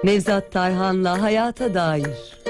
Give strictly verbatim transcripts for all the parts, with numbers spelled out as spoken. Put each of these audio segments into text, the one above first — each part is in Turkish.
Nevzat Tarhan'la Hayata Dair.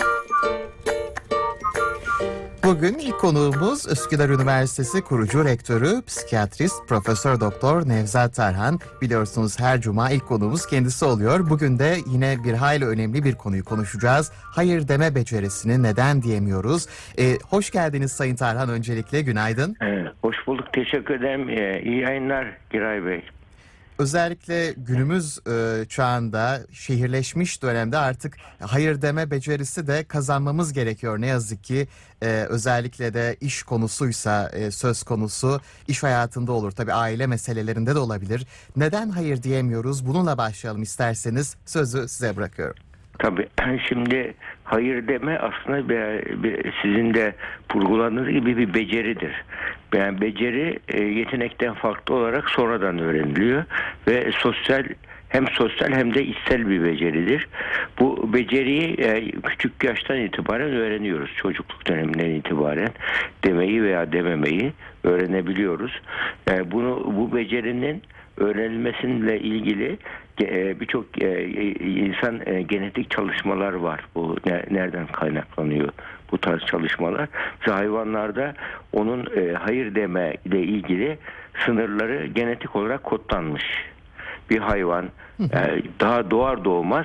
Bugün ilk konuğumuz Üsküdar Üniversitesi kurucu rektörü, psikiyatrist Profesör Doktor Nevzat Tarhan. Biliyorsunuz her cuma ilk konuğumuz kendisi oluyor. Bugün de yine bir hayli önemli bir konuyu konuşacağız. Hayır deme becerisini neden diyemiyoruz? Ee, hoş geldiniz Sayın Tarhan, öncelikle günaydın. Ee, hoş bulduk, teşekkür ederim. Ee, iyi yayınlar Giray Bey. Özellikle günümüz e, çağında, şehirleşmiş dönemde artık hayır deme becerisi de kazanmamız gerekiyor. Ne yazık ki e, özellikle de iş konusuysa e, söz konusu, iş hayatında olur. Tabii aile meselelerinde de olabilir. Neden hayır diyemiyoruz? Bununla başlayalım isterseniz. Sözü size bırakıyorum. Tabii şimdi hayır deme aslında bir, bir, sizin de vurguladığınız gibi bir beceridir. Yani beceri e, yetenekten farklı olarak sonradan öğreniliyor ve sosyal hem sosyal hem de içsel bir beceridir. Bu beceriyi e, küçük yaştan itibaren öğreniyoruz. Çocukluk döneminden itibaren demeyi veya dememeyi öğrenebiliyoruz. E, bunu bu becerinin öğrenilmesiyle ilgili birçok insan genetik çalışmalar var. Bu nereden kaynaklanıyor bu tarz çalışmalar? Mesela hayvanlarda onun hayır deme ile ilgili sınırları genetik olarak kodlanmış. Bir hayvan daha doğar doğmaz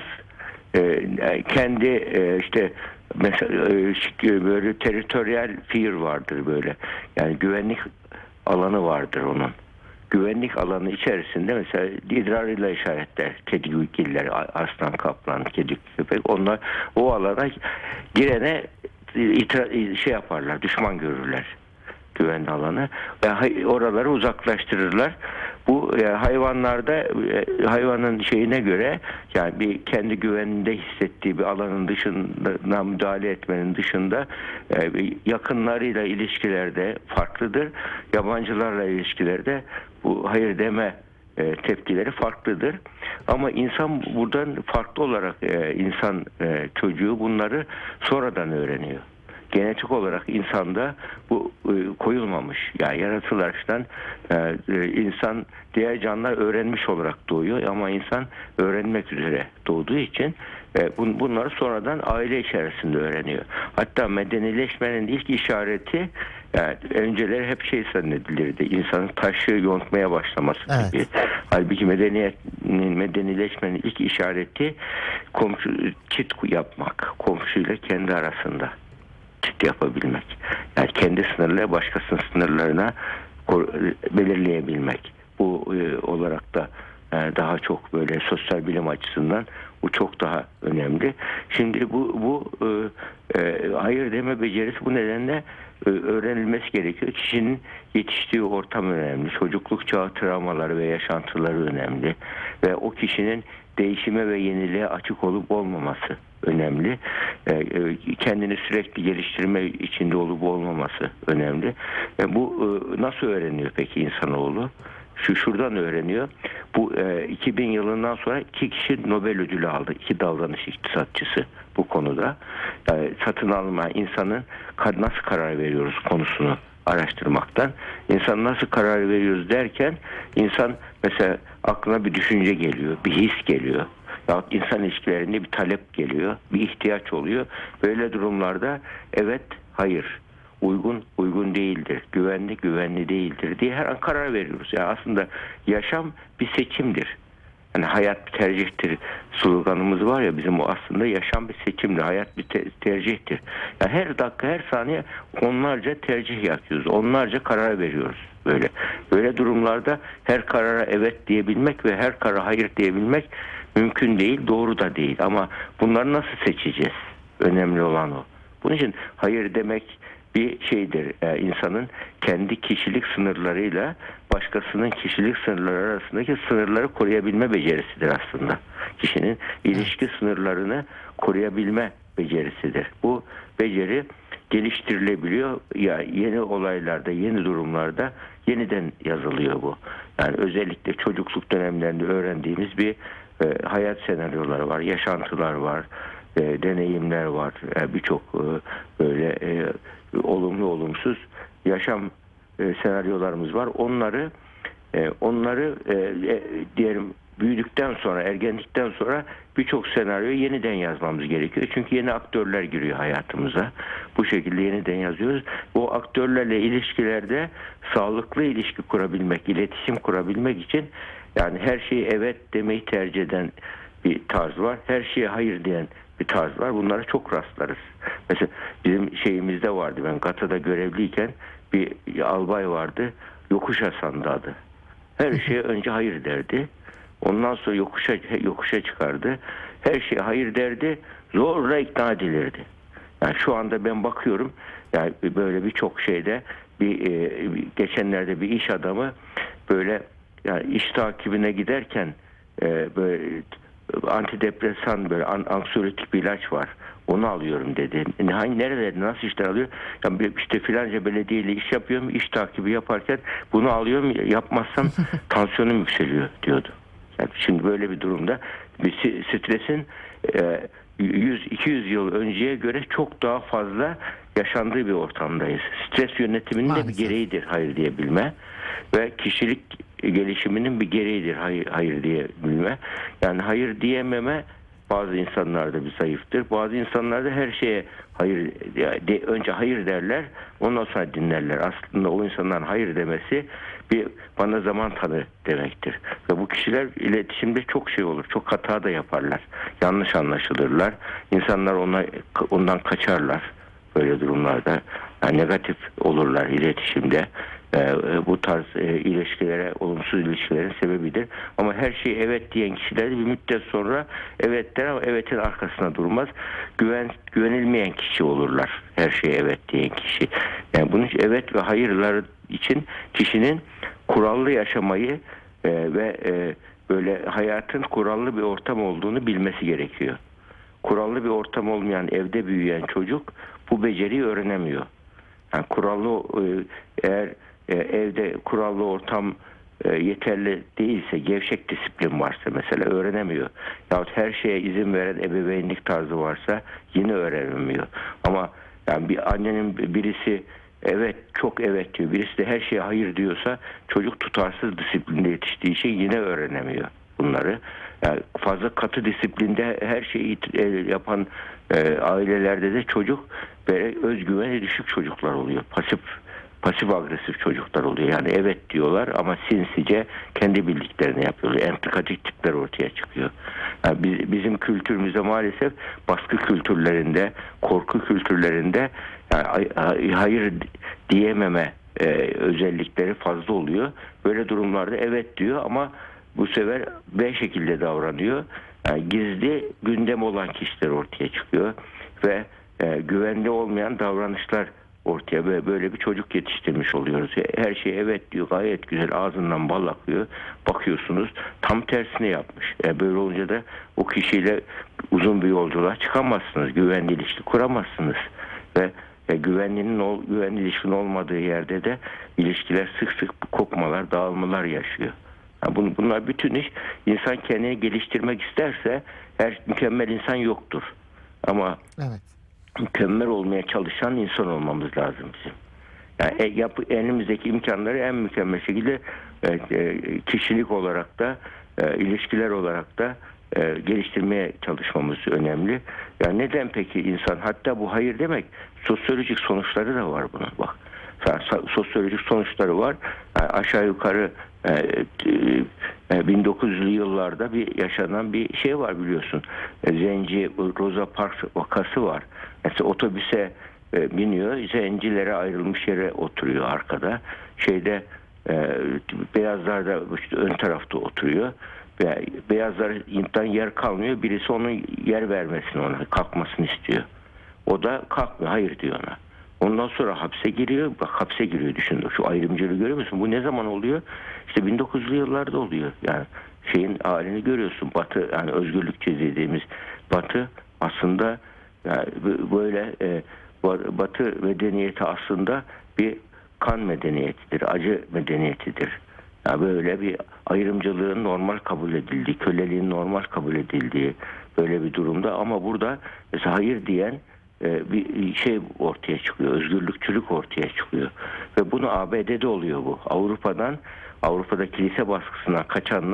kendi işte mesela böyle territorial fear vardır böyle. Yani güvenlik alanı vardır onun. Güvenlik alanı içerisinde mesela idrarıyla işaretler, kedigiller, aslan, kaplan, kedi, köpek, onlar o alana girene itra- şey yaparlar, düşman görürler güvenli alanı ve oraları uzaklaştırırlar. Bu yani hayvanlarda hayvanın şeyine göre yani bir kendi güveninde hissettiği bir alanın dışına müdahale etmenin dışında yakınlarıyla ilişkilerde farklıdır. Yabancılarla ilişkilerde bu hayır deme e, tepkileri farklıdır. Ama insan buradan farklı olarak e, insan e, çocuğu bunları sonradan öğreniyor. Genetik olarak insanda bu e, koyulmamış. Yani yaratılıştan e, e, insan diğer canlılar öğrenmiş olarak doğuyor ama insan öğrenmek üzere doğduğu için e, bun, bunları sonradan aile içerisinde öğreniyor. Hatta medenileşmenin ilk işareti yani önceleri hep şey zannedilirdi. İnsanın taşı yontmaya başlaması evet. gibi. Halbuki medeniyetin, medenileşmenin ilk işareti komşu çit yapmak. Komşuyla kendi arasında çit yapabilmek. Yani kendi sınırları başkasının sınırlarına belirleyebilmek. Bu e, olarak da e, daha çok böyle sosyal bilim açısından bu çok daha önemli. Şimdi bu bu e, e, hayır deme becerisi bu nedenle e, öğrenilmesi gerekiyor. Kişinin yetiştiği ortam önemli. Çocukluk çağı travmaları ve yaşantıları önemli. Ve o kişinin değişime ve yeniliğe açık olup olmaması önemli. E, kendini sürekli geliştirme içinde olup olmaması önemli. E, bu e, nasıl öğreniyor peki insanoğlu? Şu şuradan öğreniyor. Bu e, iki bin yılından sonra iki kişi Nobel ödülü aldı. İki davranış iktisatçısı bu konuda. E, satın alma insanın nasıl karar veriyoruz konusunu araştırmaktan. İnsan nasıl karar veriyoruz derken insan mesela aklına bir düşünce geliyor, bir his geliyor. Yahut insan ilişkilerinde bir talep geliyor, bir ihtiyaç oluyor. Böyle durumlarda evet, hayır, uygun, uygun değildir, güvenli, güvenli değildir diye her an karar veriyoruz. Yani aslında yaşam bir seçimdir. Yani hayat bir tercihtir sloganımız var ya bizim, o aslında yaşam bir seçimdir, hayat bir te- tercihtir. Yani her dakika, her saniye onlarca tercih yapıyoruz, onlarca karar veriyoruz böyle. Böyle durumlarda her karara evet diyebilmek ve her karara hayır diyebilmek mümkün değil, doğru da değil. Ama bunları nasıl seçeceğiz? Önemli olan o. Bunun için hayır demek bir şeydir. Ee, insanın kendi kişilik sınırlarıyla başkasının kişilik sınırları arasındaki sınırları koruyabilme becerisidir aslında. Kişinin ilişki sınırlarını koruyabilme becerisidir. Bu beceri geliştirilebiliyor. Ya yeni olaylarda, yeni durumlarda yeniden yazılıyor bu. Yani özellikle çocukluk dönemlerinde öğrendiğimiz bir e, hayat senaryoları var, yaşantılar var, e, deneyimler var. E, Birçok e, böyle e, olumlu olumsuz yaşam e, senaryolarımız var. Onları e, onları e, e, diyelim büyüdükten sonra, ergenlikten sonra birçok senaryoyu yeniden yazmamız gerekiyor. Çünkü yeni aktörler giriyor hayatımıza. Bu şekilde yeniden yazıyoruz. O aktörlerle ilişkilerde sağlıklı ilişki kurabilmek, iletişim kurabilmek için yani her şeye evet demeyi tercih eden bir tarz var. Her şeye hayır diyen bir tarz var. Bunlara çok rastlarız. Mesela bizim şeyimizde vardı. Ben Gata'da görevliyken bir albay vardı. Yokuş Hasan'dı adı. Her şeye önce hayır derdi. Ondan sonra yokuşa yokuşa çıkardı. Her şeye hayır derdi. Zorla ikna edilirdi. Yani şu anda ben bakıyorum yani böyle birçok şeyde bir e, geçenlerde bir iş adamı böyle yani iş takibine giderken e, böyle antidepresan böyle an, anksiyotik bir ilaç var. Onu alıyorum dedi. Yani hangi nerede nasıl işler alıyor? Yani işte filanca belediyeyle iş yapıyorum. İş takibi yaparken bunu alıyorum. Yapmazsam tansiyonum yükseliyor diyordu. Yani şimdi böyle bir durumda bir stresin yüz iki yüz yıl önceye göre çok daha fazla yaşandığı bir ortamdayız. Stres yönetiminin de bir gereğidir hayır diyebilme ve kişilik gelişiminin bir gereğidir hayır, hayır diyebilme. Yani hayır diyememe bazı insanlarda bir zayıftır. Bazı insanlarda her şeye hayır de, önce hayır derler, ondan sonra dinlerler. Aslında o insanların hayır demesi bir bana zaman tanı demektir. Ve bu kişiler iletişimde çok şey olur. Çok hata da yaparlar. Yanlış anlaşılırlar. İnsanlar ona ondan kaçarlar böyle durumlarda. Yani negatif olurlar iletişimde. Bu tarz ilişkilere, olumsuz ilişkilerin sebebidir. Ama her şeyi evet diyen kişiler bir müddet sonra evet der ama evetin arkasına durmaz. Güven, güvenilmeyen kişi olurlar. Her şeye evet diyen kişi. Yani bunun için evet ve hayırlar için kişinin kurallı yaşamayı e, ve e, böyle hayatın kurallı bir ortam olduğunu bilmesi gerekiyor. Kurallı bir ortam olmayan evde büyüyen çocuk bu beceriyi öğrenemiyor. Yani kurallı e, eğer e, evde kurallı ortam e, yeterli değilse, gevşek disiplin varsa mesela öğrenemiyor. Yahut her şeye izin veren ebeveynlik tarzı varsa yine öğrenemiyor. Ama yani bir annenin birisi evet çok evet diyor, birisi de her şeye hayır diyorsa çocuk tutarsız disiplinde yetiştiği için yine öğrenemiyor bunları. Yani fazla katı disiplinde her şeyi yapan e, ailelerde de çocuk böyle özgüveni düşük çocuklar oluyor. Pasif pasif agresif çocuklar oluyor. Yani evet diyorlar ama sinsice kendi bildiklerini yapıyorlar. Entrikatik tipler ortaya çıkıyor. Yani biz, bizim kültürümüzde maalesef baskı kültürlerinde, korku kültürlerinde yani hayır diyememe e, özellikleri fazla oluyor. Böyle durumlarda evet diyor ama bu sefer B şekilde davranıyor. Yani gizli gündem olan kişiler ortaya çıkıyor ve e, güvenli olmayan davranışlar ortaya böyle, böyle bir çocuk yetiştirmiş oluyoruz. Her şey evet diyor, gayet güzel, ağzından bal akıyor. Bakıyorsunuz tam tersini yapmış. E, böyle olunca da o kişiyle uzun bir yolculuğa çıkamazsınız. Güvenli ilişki kuramazsınız. Ve e, güvenlinin güvenli ilişkinin olmadığı yerde de ilişkiler sık sık kopmalar, dağılmalar yaşıyor. Yani bunlar bütün iş. İnsan kendini geliştirmek isterse her mükemmel insan yoktur. Ama evet, mükemmel olmaya çalışan insan olmamız lazım bizim. Yani e, yapı, elimizdeki imkanları en mükemmel şekilde e, e, kişilik olarak da e, ilişkiler olarak da e, geliştirmeye çalışmamız önemli. Yani neden peki insan, hatta bu hayır demek sosyolojik sonuçları da var bunun bak. Sosyolojik sonuçları var. Yani aşağı yukarı e, e, bin dokuz yüzlü yıllarda bir yaşanan bir şey var biliyorsun. E, Zenci Rosa Parks vakası var. Mesela otobüse e, biniyor, zencilere ayrılmış yere oturuyor arkada. Şeyde e, beyazlar da işte ön tarafta oturuyor. Ve beyazlardan yer kalmıyor. Birisi onun yer vermesini, ona kalkmasını istiyor. O da kalkmıyor, hayır diyor ona. Ondan sonra hapse giriyor. Bak hapse giriyor, düşün. Şu ayrımcılığı görüyor musun? Bu ne zaman oluyor? İşte bin dokuz yüzlü yıllarda oluyor. Yani şeyin halini görüyorsun. Batı, yani özgürlükçü dediğimiz Batı aslında yani böyle e, Batı medeniyeti aslında bir kan medeniyetidir. Acı medeniyetidir. Yani böyle bir ayrımcılığın normal kabul edildiği, köleliğin normal kabul edildiği böyle bir durumda. Ama burada mesela hayır diyen bir şey ortaya çıkıyor. Özgürlükçülük ortaya çıkıyor. Ve bunu A B D'de oluyor bu. Avrupa'dan, Avrupa'da kilise baskısına kaçanlar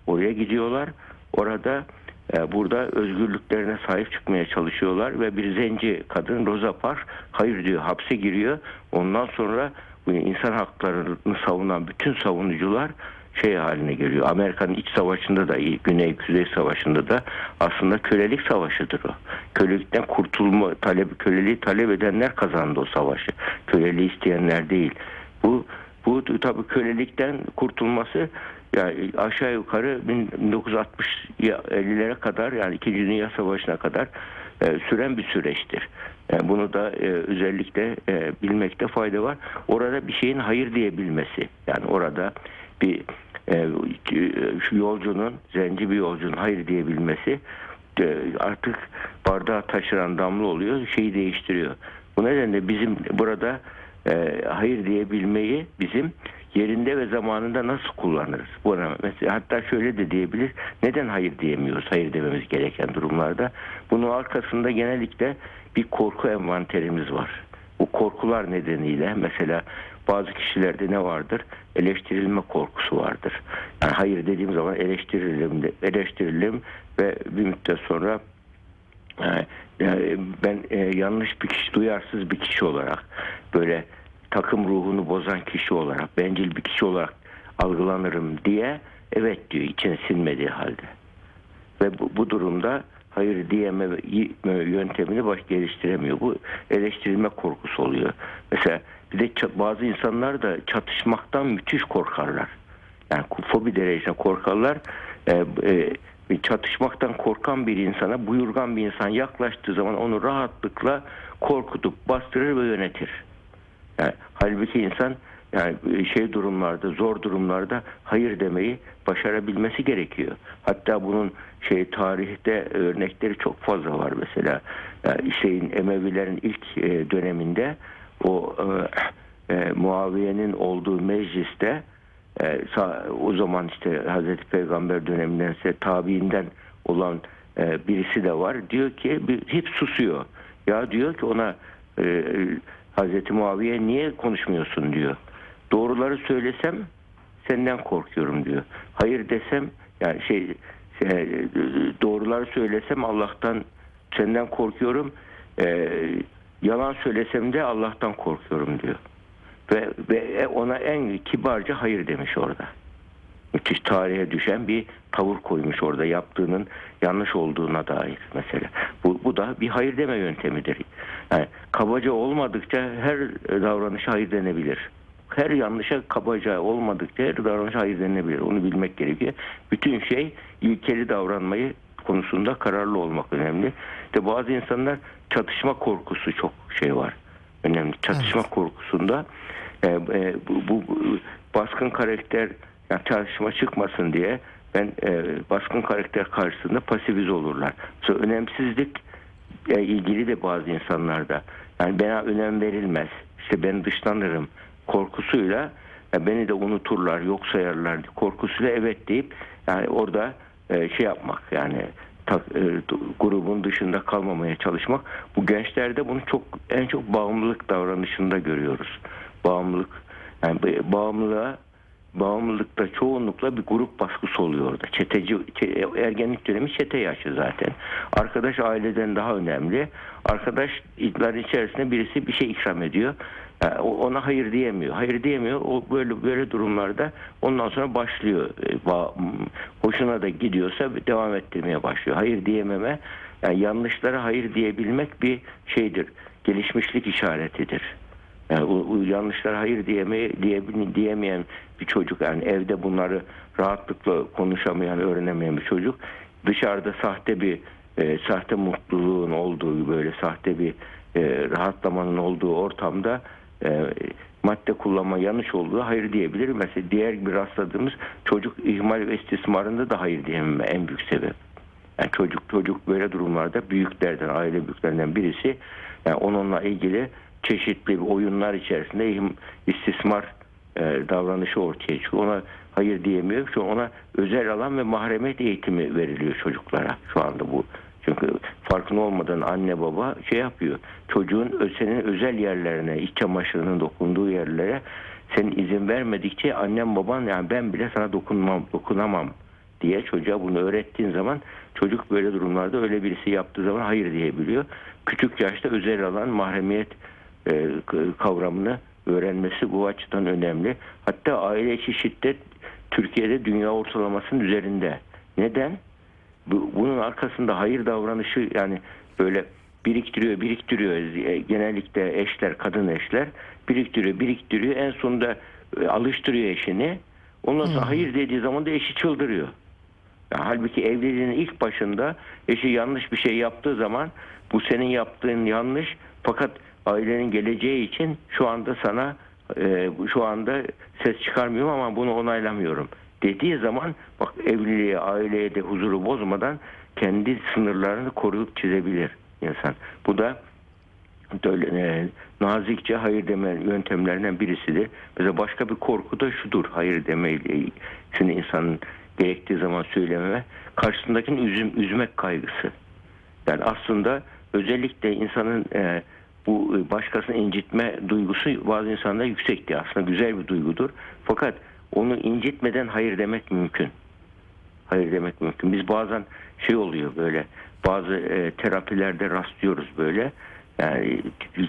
oraya gidiyorlar. Orada e, burada özgürlüklerine sahip çıkmaya çalışıyorlar ve bir zenci kadın Rosa Parks hayır diyor, hapse giriyor. Ondan sonra bu insan haklarını savunan bütün savunucular şey haline geliyor. Amerika'nın iç savaşında da, Güney-Kuzey Savaşı'nda da aslında kölelik savaşıdır o. Kölelikten kurtulma talep, köleliği talep edenler kazandı o savaşı. Köleliği isteyenler değil. Bu bu tabii kölelikten kurtulması yani aşağı yukarı bin dokuz yüz altmış ellilere kadar, yani İkinci Dünya Savaşı'na kadar e, süren bir süreçtir. Yani bunu da e, özellikle e, bilmekte fayda var. Orada bir şeyin hayır diyebilmesi, yani orada bir e, şu yolcunun, zenci bir yolcunun hayır diyebilmesi e, artık bardağı taşıran damla oluyor, şeyi değiştiriyor. Bu nedenle bizim burada e, hayır diyebilmeyi bizim yerinde ve zamanında nasıl kullanırız? Buna mesela hatta şöyle de diyebilir. Neden hayır diyemiyoruz? Hayır dememiz gereken durumlarda. Bunun arkasında genellikle bir korku envanterimiz var. Bu korkular nedeniyle mesela bazı kişilerde ne vardır? Eleştirilme korkusu vardır. Yani hayır dediğim zaman eleştirilim, de, eleştirilim ve bir müddet sonra yani ben yanlış bir kişi, duyarsız bir kişi olarak, böyle takım ruhunu bozan kişi olarak, bencil bir kişi olarak algılanırım diye evet diyor, içine sinmediği halde. Ve bu, bu durumda hayır diyeme yöntemini baş geliştiremiyor. Bu eleştirilme korkusu oluyor. Mesela bir de bazı insanlar da çatışmaktan müthiş korkarlar. Yani fobi derecesinde korkarlar. Ee, e, çatışmaktan korkan bir insana buyurgan bir insan yaklaştığı zaman onu rahatlıkla korkutup bastırır ve yönetir. Yani, halbuki insan yani şey durumlarda, zor durumlarda hayır demeyi başarabilmesi gerekiyor. Hatta bunun şey tarihte örnekleri çok fazla var. Mesela yani şeyin Emevilerin ilk e, döneminde o e, e, Muaviye'nin olduğu mecliste e, o zaman işte Hazreti Peygamber dönemindense tabiinden olan e, birisi de var. Diyor ki bir, hep susuyor. Ya diyor ki ona e, Hazreti Muaviye niye konuşmuyorsun diyor. Doğruları söylesem senden korkuyorum diyor. Hayır desem yani şey, şey doğruları söylesem Allah'tan, senden korkuyorum. Ee, yalan söylesem de Allah'tan korkuyorum diyor. Ve, ve ona en kibarca hayır demiş orada. Müthiş tarihe düşen bir tavır koymuş orada, yaptığının yanlış olduğuna dair mesela. Bu, bu da bir hayır deme yöntemidir. Yani kabaca olmadıkça her davranışa hayır denebilir. Her yanlışa kabaca olmadıkça her davranışa hayır denebilir. Onu bilmek gerekiyor. Bütün şey ilkeli davranmayı konusunda kararlı olmak önemli. İşte bazı insanlar çatışma korkusu çok şey var. Önemli. Çatışma evet. korkusunda e, e, bu, bu baskın karakter, yani çatışma çıkmasın diye ben e, baskın karakter karşısında pasifize olurlar. Sonra önemsizlik e, ilgili de bazı insanlarda yani bana önem verilmez, işte ben dışlanırım korkusuyla e, beni de unuturlar, yok sayarlar korkusuyla evet deyip yani orada e, şey yapmak, yani ta, e, grubun dışında kalmamaya çalışmak. Bu gençlerde bunu çok en çok bağımlılık davranışında görüyoruz. Bağımlılık, yani bağımlılığa Bağımlılıkta çoğunlukla bir grup baskısı oluyor orada. Çeteci, ergenlik dönemi çete yaşı zaten. Arkadaş aileden daha önemli. Arkadaşların içerisinde birisi bir şey ikram ediyor. Yani ona hayır diyemiyor. Hayır diyemiyor. O böyle böyle durumlarda ondan sonra başlıyor. Hoşuna da gidiyorsa devam ettirmeye başlıyor. Hayır diyememe, yani yanlışlara hayır diyebilmek bir şeydir. Gelişmişlik işaretidir. Yani o, o yanlışlara hayır diyeme, diye, diyemeyen bir çocuk, yani evde bunları rahatlıkla konuşamayan, öğrenemeyen bir çocuk, dışarıda sahte bir e, sahte mutluluğun olduğu, böyle sahte bir e, rahatlamanın olduğu ortamda e, madde kullanma yanlış olduğu hayır diyebilir. Mesela diğer bir rastladığımız çocuk ihmal ve istismarında da hayır diyememe en büyük sebep. Yani çocuk çocuk böyle durumlarda büyüklerden, aile büyüklerinden birisi, yani onunla ilgili çeşitli oyunlar içerisinde istismar e, davranışı ortaya çıkıyor. Ona hayır diyemiyor. Şu ona özel alan ve mahremiyet eğitimi veriliyor çocuklara şu anda bu. Çünkü farkında olmadan anne baba şey yapıyor. Çocuğun senin özel yerlerine, iç çamaşırının dokunduğu yerlere senin izin vermedikçe annem baban, yani ben bile sana dokunmam, dokunamam diye çocuğa bunu öğrettiğin zaman çocuk böyle durumlarda öyle birisi yaptığı zaman hayır diyebiliyor. Küçük yaşta özel alan mahremiyet e, kavramını öğrenmesi bu açıdan önemli. Hatta aile içi şiddet Türkiye'de dünya ortalamasının üzerinde. Neden? Bu, bunun arkasında hayır davranışı, yani böyle biriktiriyor, biriktiriyor. Genellikle eşler, kadın eşler biriktiriyor, biriktiriyor. En sonunda e, alıştırıyor eşini. Ondan sonra hmm. hayır dediği zaman da eşi çıldırıyor. Yani halbuki evliliğin ilk başında eşi yanlış bir şey yaptığı zaman bu senin yaptığın yanlış, fakat ailenin geleceği için şu anda sana e, şu anda ses çıkarmıyorum ama bunu onaylamıyorum dediği zaman bak, evliliğe, aileye de huzuru bozmadan kendi sınırlarını koruyup çizebilir insan. Bu da böyle, e, nazikçe hayır deme yöntemlerinden birisidir. Mesela başka bir korku da şudur: hayır demeyle insanın gerektiği zaman söylememe, karşısındakini üzüm, üzmek kaygısı. Yani aslında özellikle insanın e, bu başkasını incitme duygusu bazı insanlarda yüksekti. Aslında güzel bir duygudur. Fakat onu incitmeden hayır demek mümkün. Hayır demek mümkün. Biz bazen şey oluyor, böyle bazı e, terapilerde rastlıyoruz böyle. Yani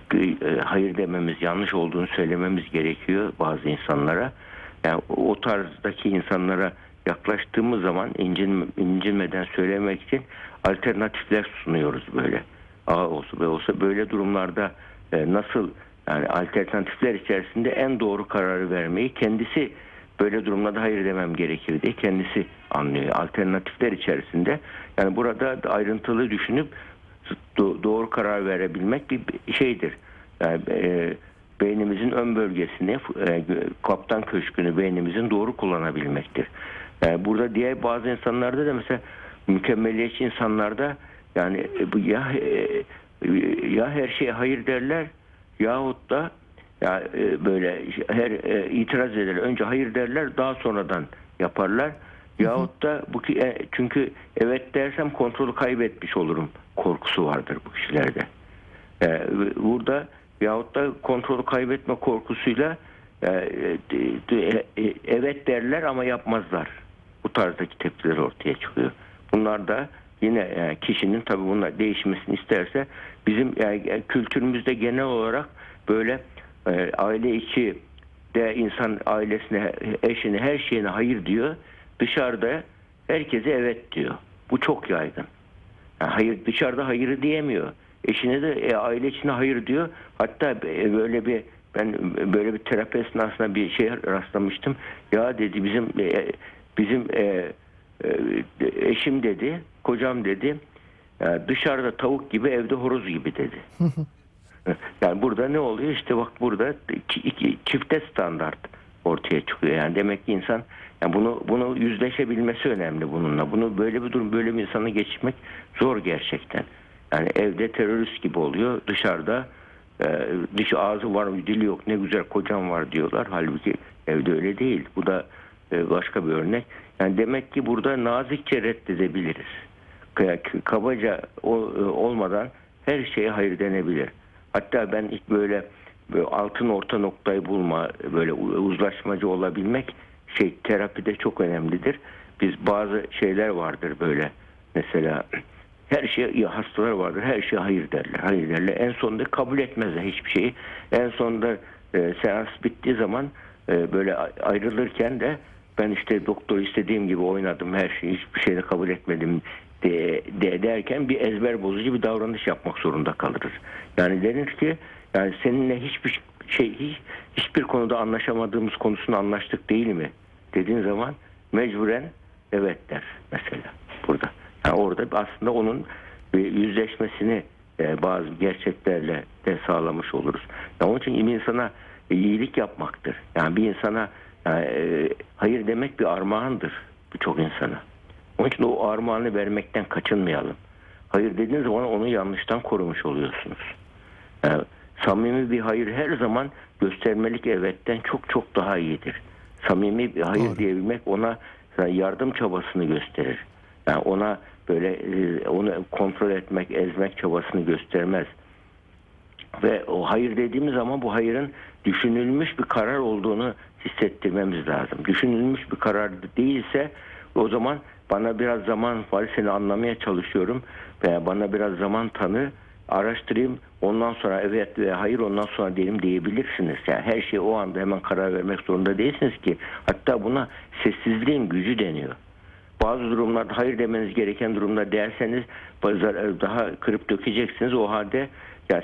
e, hayır dememiz, yanlış olduğunu söylememiz gerekiyor bazı insanlara. Yani o tarzdaki insanlara yaklaştığımız zaman incin, incinmeden söylemek için alternatifler sunuyoruz böyle. A olsa B olsa böyle durumlarda e, nasıl, yani alternatifler içerisinde en doğru kararı vermeyi kendisi, böyle durumlarda hayır demem gerekir diye kendisi anlıyor. Alternatifler içerisinde, yani burada ayrıntılı düşünüp do- doğru karar verebilmek bir şeydir. Yani e, beynimizin ön bölgesini, e, kaptan köşkünü beynimizin doğru kullanabilmektir. Yani burada diğer bazı insanlarda da, mesela mükemmeliyetçi insanlarda, yani bu ya ya her şeye hayır derler yahut da ya böyle her itiraz ederler. Önce hayır derler, daha sonradan yaparlar. Hı hı. Yahut da bu ki, çünkü evet dersem kontrolü kaybetmiş olurum korkusu vardır bu kişilerde. Burada yahut da kontrolü kaybetme korkusuyla evet derler ama yapmazlar. Bu tarzdaki tepkiler ortaya çıkıyor. Bunlar da yine yani kişinin tabii bunlar değişmesini isterse, bizim yani kültürümüzde genel olarak böyle e, aile içi de insan ailesine, eşine, her şeyine hayır diyor. Dışarıda herkese evet diyor. Bu çok yaygın. Yani hayır, dışarıda hayır diyemiyor. Eşine de e, aile içine hayır diyor. Hatta e, böyle bir ben böyle bir terapi esnasında bir şey rastlamıştım. Ya dedi, bizim e, bizim e, eşim dedi, kocam dedi, dışarıda tavuk gibi evde horoz gibi dedi. Yani burada ne oluyor? İşte bak, burada iki, çifte standart ortaya çıkıyor. Yani demek ki insan, yani bunu bunu yüzleşebilmesi önemli bununla. Bunu böyle bir durum, böyle bir insanı geçirmek zor gerçekten. Yani evde terörist gibi oluyor, dışarıda e, dış ağzı var, dili yok, ne güzel kocam var diyorlar. Halbuki evde öyle değil. Bu da e, başka bir örnek. Yani demek ki burada nazikçe reddedebiliriz. Kabaca olmadan her şeye hayır denebilir. Hatta ben ilk böyle, böyle altın orta noktayı bulma, böyle uzlaşmacı olabilmek şey terapide çok önemlidir. Biz bazı şeyler vardır böyle, mesela her şey, hastalar vardır, her şeye hayır derler, hayır derler. En sonunda kabul etmezler hiçbir şeyi. En sonunda e, seans bittiği zaman e, böyle ayrılırken de ben işte doktor istediğim gibi oynadım, her şeyi, hiçbir şeyde kabul etmedim de, de derken bir ezber bozucu bir davranış yapmak zorunda kalırız. Yani denir ki, yani seninle hiçbir şey, hiç, hiçbir konuda anlaşamadığımız konusunda anlaştık değil mi dediğin zaman mecburen evet der mesela burada. Yani orada aslında onun yüzleşmesini e, bazı gerçeklerle de sağlamış oluruz. Yani onun için bir insana iyilik yapmaktır. Yani bir insana yani, e, hayır demek bir armağandır birçok insana. Onun için o armağanı vermekten kaçınmayalım. Hayır dediğiniz zaman onu yanlıştan korumuş oluyorsunuz. Yani, samimi bir hayır her zaman göstermelik evetten çok çok daha iyidir. Samimi bir hayır Doğru. diyebilmek ona yardım çabasını gösterir. Yani ona böyle onu kontrol etmek, ezmek çabasını göstermez. Ve o hayır dediğimiz zaman bu hayırın düşünülmüş bir karar olduğunu hissettirmemiz lazım. Düşünülmüş bir karar değilse O zaman bana biraz zaman var, seni anlamaya çalışıyorum veya bana biraz zaman tanı, araştırayım, ondan sonra evet veya hayır, ondan sonra diyelim diyebilirsiniz. Yani her şeye o anda hemen karar vermek zorunda değilsiniz ki. Hatta buna sessizliğin gücü deniyor. Bazı durumlarda hayır demeniz gereken durumda derseniz daha kırıp dökeceksiniz. O halde ya,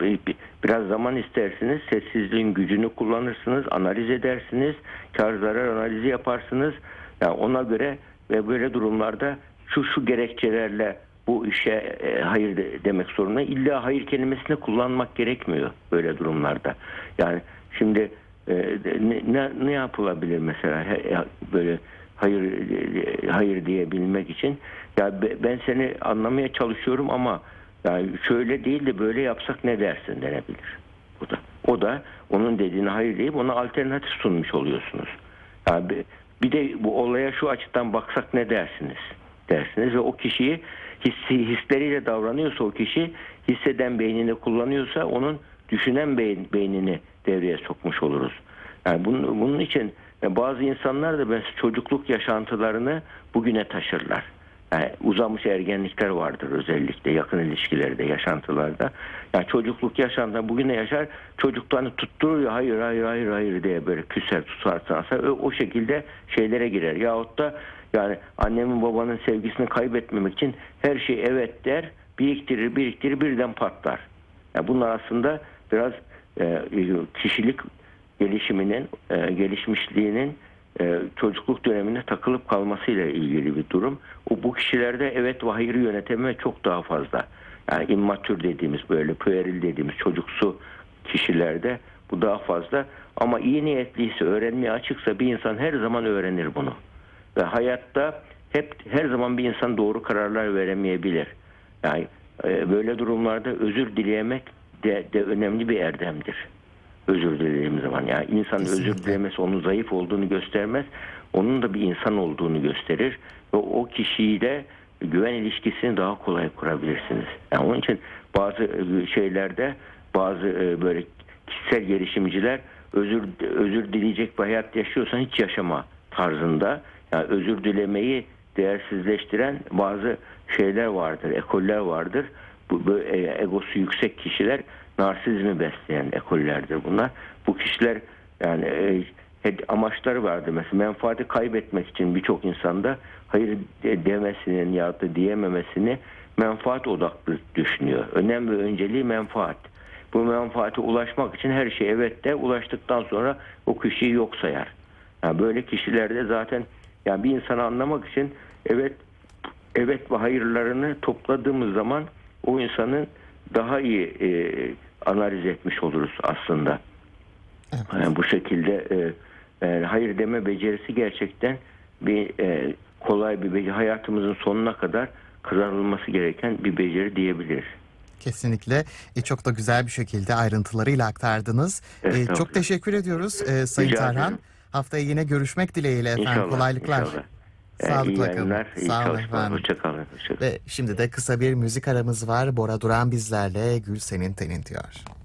biraz zaman istersiniz, sessizliğin gücünü kullanırsınız, analiz edersiniz, kar zarar analizi yaparsınız. Yani ona göre ve böyle durumlarda şu şu gerekçelerle bu işe e, hayır de, demek zorunda. İlla hayır kelimesini kullanmak gerekmiyor böyle durumlarda. Yani şimdi e, ne, ne yapılabilir mesela he, böyle hayır e, hayır diyebilmek için? Ya ben seni anlamaya çalışıyorum ama yani şöyle değil de böyle yapsak ne dersin denebilir. O da o da onun dediğine hayır deyip ona alternatif sunmuş oluyorsunuz. Yani bir de bu olaya şu açıdan baksak ne dersiniz dersiniz ve o kişiyi hissi, hisleriyle davranıyorsa, o kişi hisseden beynini kullanıyorsa onun düşünen beyin, beynini devreye sokmuş oluruz. Yani bunun, bunun için bazı insanlar da ben çocukluk yaşantılarını bugüne taşırlar. Yani uzamış ergenlikler vardır özellikle yakın ilişkilerde, yaşantılarda. Yani çocukluk yaşantı bugüne yaşar, çocuklarını tutturuyor, hayır hayır hayır hayır diye böyle küser tutarsa o şekilde şeylere girer. Yahut da yani annemin babanın sevgisini kaybetmemek için her şey evet der, biriktirir biriktirir birden patlar. Yani bunlar aslında biraz e, kişilik gelişiminin, e, gelişmişliğinin e, çocukluk dönemine takılıp kalmasıyla ilgili bir durum. O, bu kişilerde evet ve hayır yönetimi çok daha fazla. Yani immatür dediğimiz, böyle pueril dediğimiz çocuksu kişilerde bu daha fazla. Ama iyi niyetliyse, öğrenmeye açıksa bir insan her zaman öğrenir bunu. Ve hayatta hep her zaman bir insan doğru kararlar veremeyebilir. Yani e, böyle durumlarda özür dilemek de, de önemli bir erdemdir. Özür dilediğim zaman, yani insanın Kesinlikle. özür dilemesi onun zayıf olduğunu göstermez. Onun da bir insan olduğunu gösterir ve o kişiyle güven ilişkisini daha kolay kurabilirsiniz. Yani onun için bazı şeylerde bazı böyle kişisel gelişimciler özür özür dileyecek bir hayat yaşıyorsan hiç yaşama tarzında, yani özür dilemeyi değersizleştiren bazı şeyler vardır, ekoller vardır. Bu, bu egosu yüksek kişiler, narsizmi besleyen ekollerdir bunlar. Bu kişiler yani e, amaçları vardır. Mesela menfaati kaybetmek için birçok insanda hayır demesinin ya da diyememesini menfaat odaklı düşünüyor. Önem ve önceliği menfaat. Bu menfaate ulaşmak için her şey evet der, ulaştıktan sonra o kişiyi yok sayar. Yani böyle kişilerde zaten yani bir insanı anlamak için evet evet ve hayırlarını topladığımız zaman o insanın daha iyi e, analiz etmiş oluruz aslında. Evet. Yani bu şekilde e, e, hayır deme becerisi gerçekten bir e, kolay bir beceri, hayatımızın sonuna kadar kazanılması gereken bir beceri diyebiliriz. Kesinlikle. E, çok da güzel bir şekilde ayrıntılarıyla aktardınız. Evet, e, çok teşekkür ediyoruz e, Sayın Rica Tarhan. ederim. Haftaya yine görüşmek dileğiyle efendim. İnşallah, Kolaylıklar. inşallah. Sağlıkla iyi yayınlar, kalın. iyi Sağ olun çalışmalar. efendim. Hoşçakalın. Hoşça Ve şimdi de kısa bir müzik aramız var. Bora Duran bizlerle Gül Senin Tenin diyor.